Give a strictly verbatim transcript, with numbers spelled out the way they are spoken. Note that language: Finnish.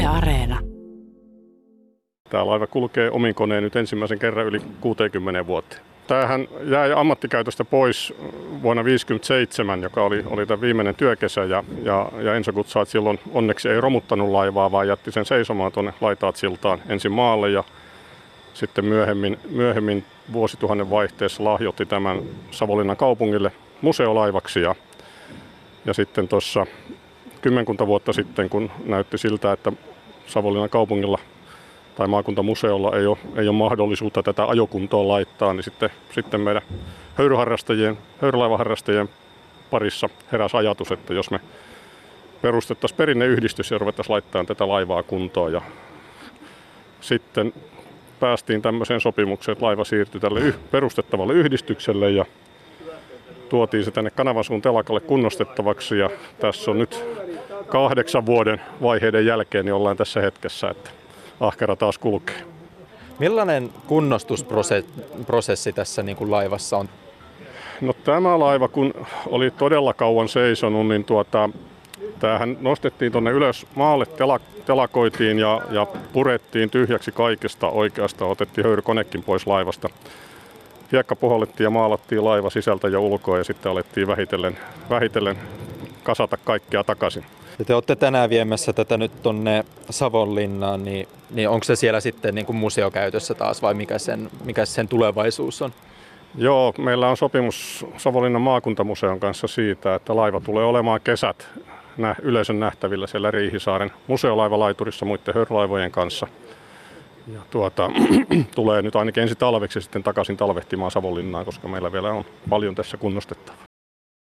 Yle Areena. Tämä laiva kulkee omin koneen nyt ensimmäisen kerran yli kuuteenkymmeneen vuoteen. Tämähän jäi ammattikäytöstä pois vuonna viisikymmentäseitsemän, joka oli, oli tämä viimeinen työkesä. Ja, ja, ja Enso Gutsaat silloin onneksi ei romuttanut laivaa, vaan jätti sen seisomaan tuonne Laitaat siltaan ensin maalle. Ja sitten myöhemmin, myöhemmin vuosituhannen vaihteessa lahjoitti tämän Savonlinnan kaupungille museolaivaksi. Ja, ja sitten tuossa kymmenkunta vuotta sitten, kun näytti siltä, että Savonlinnan kaupungilla tai maakuntamuseolla ei ole, ei ole mahdollisuutta tätä ajokuntoon laittaa, niin sitten, sitten meidän höyryharrastajien, höyrylaivaharrastajien parissa heräsi ajatus, että jos me perustettaisiin perinneyhdistys ja ruvettaisiin laittamaan tätä laivaa kuntoon. Ja sitten päästiin tämmöiseen sopimukseen, että laiva siirtyi tälle yh- perustettavalle yhdistykselle ja tuotiin se tänne Kanavansuun telakalle kunnostettavaksi. Ja tässä on nyt kahdeksan vuoden vaiheiden jälkeen, niin ollaan tässä hetkessä, että ahkera taas kulkee. Millainen kunnostusprosessi tässä niin kuin laivassa on? No tämä laiva, kun oli todella kauan seisonut, niin tuota, tämähän nostettiin tuonne ylös maalle, tela, telakoitiin ja, ja purettiin tyhjäksi kaikesta oikeastaan. Otettiin höyrykonekin pois laivasta. Hiekka puhallettiin ja maalattiin laiva sisältä ja ulkoa ja sitten alettiin vähitellen, vähitellen kasata kaikkea takaisin. Ja te olette tänään viemässä tätä nyt tuonne Savonlinnaan, niin, niin onko se siellä sitten niin kuin museokäytössä taas vai mikä sen, mikä sen tulevaisuus on? Joo, meillä on sopimus Savonlinnan maakuntamuseon kanssa siitä, että laiva tulee olemaan kesät nä- yleisön nähtävillä siellä Riihisaaren museolaivalaiturissa muiden höyrylaivojen kanssa. Ja tuota, tulee nyt ainakin ensi talveksi sitten takaisin talvehtimaan Savonlinnaan, koska meillä vielä on paljon tässä kunnostettavaa.